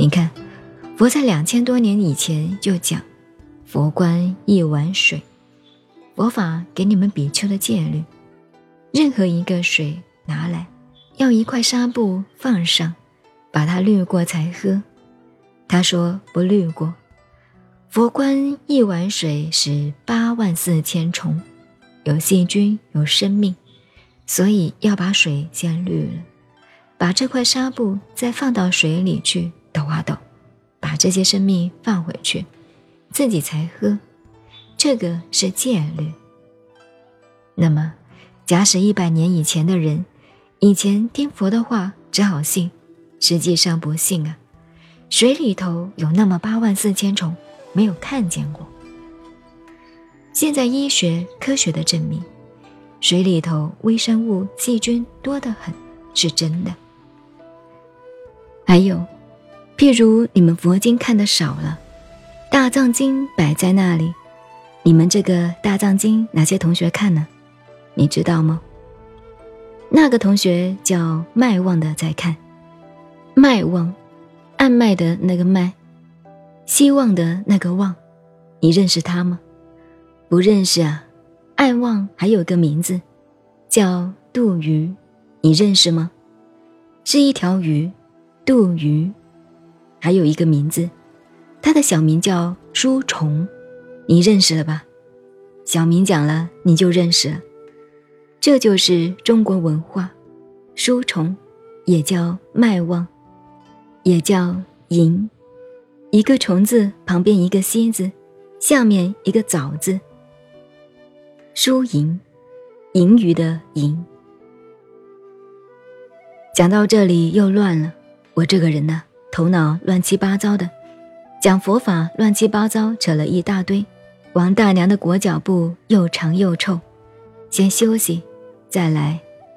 你看，佛在2000多年以前就讲，佛观一碗水，佛法给你们比丘的戒律，任何一个水拿来，要一块纱布放上，把它滤过才喝。他说不滤过。佛观一碗水是84000虫，有细菌有生命，所以要把水先滤了，把这块纱布再放到水里去抖啊抖，把这些生命放回去，自己才喝。这个是戒律。那么假使100年以前的人，以前听佛的话只好信，实际上不信啊。水里头有那么84000虫，没有看见过。现在医学科学的证明，水里头微生物细菌多得很，是真的。还有譬如你们佛经看得少了，大藏经摆在那里，你们这个大藏经哪些同学看呢？你知道吗？那个同学叫麦望的在看，麦望，按麦的那个麦，希望的那个望，你认识他吗？不认识啊。爱望还有个名字叫杜鱼，你认识吗？是一条鱼，杜鱼。还有一个名字，他的小名叫书虫，你认识了吧？小名讲了你就认识了。这就是中国文化，书虫也叫麦望，也叫银，一个虫字旁边一个蝎字，下面一个枣字，书银，银鱼的银。讲到这里又乱了，我这个人呢，头脑乱七八糟的，讲佛法乱七八糟，扯了一大堆。王大娘的裹脚布又长又臭，先休息再来。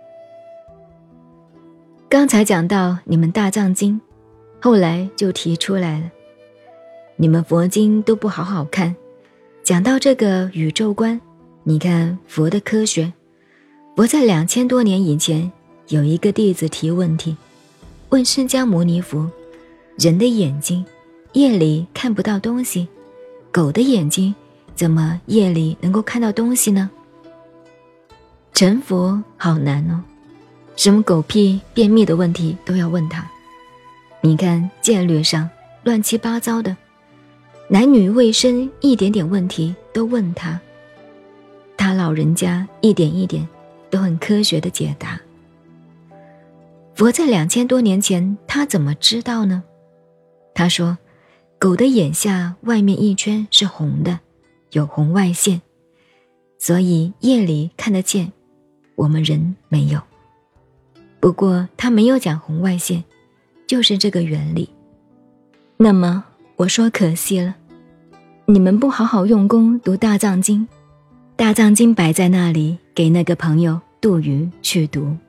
刚才讲到你们大藏经，后来就提出来了，你们佛经都不好好看。讲到这个宇宙观，你看佛的科学，佛在2000多年以前，有一个弟子提问题，问释迦牟尼佛，人的眼睛夜里看不到东西，狗的眼睛怎么夜里能够看到东西呢？成佛好难哦，什么狗屁便秘的问题都要问他。你看戒律上乱七八糟的，男女卫生一点点问题都问他，他老人家一点一点都很科学的解答。佛在2000多年前他怎么知道呢？他说狗的眼下外面一圈是红的，有红外线，所以夜里看得见，我们人没有。不过他没有讲红外线，就是这个原理。那么我说可惜了，你们不好好用功读大藏经，大藏经摆在那里给那个朋友杜鱼去读。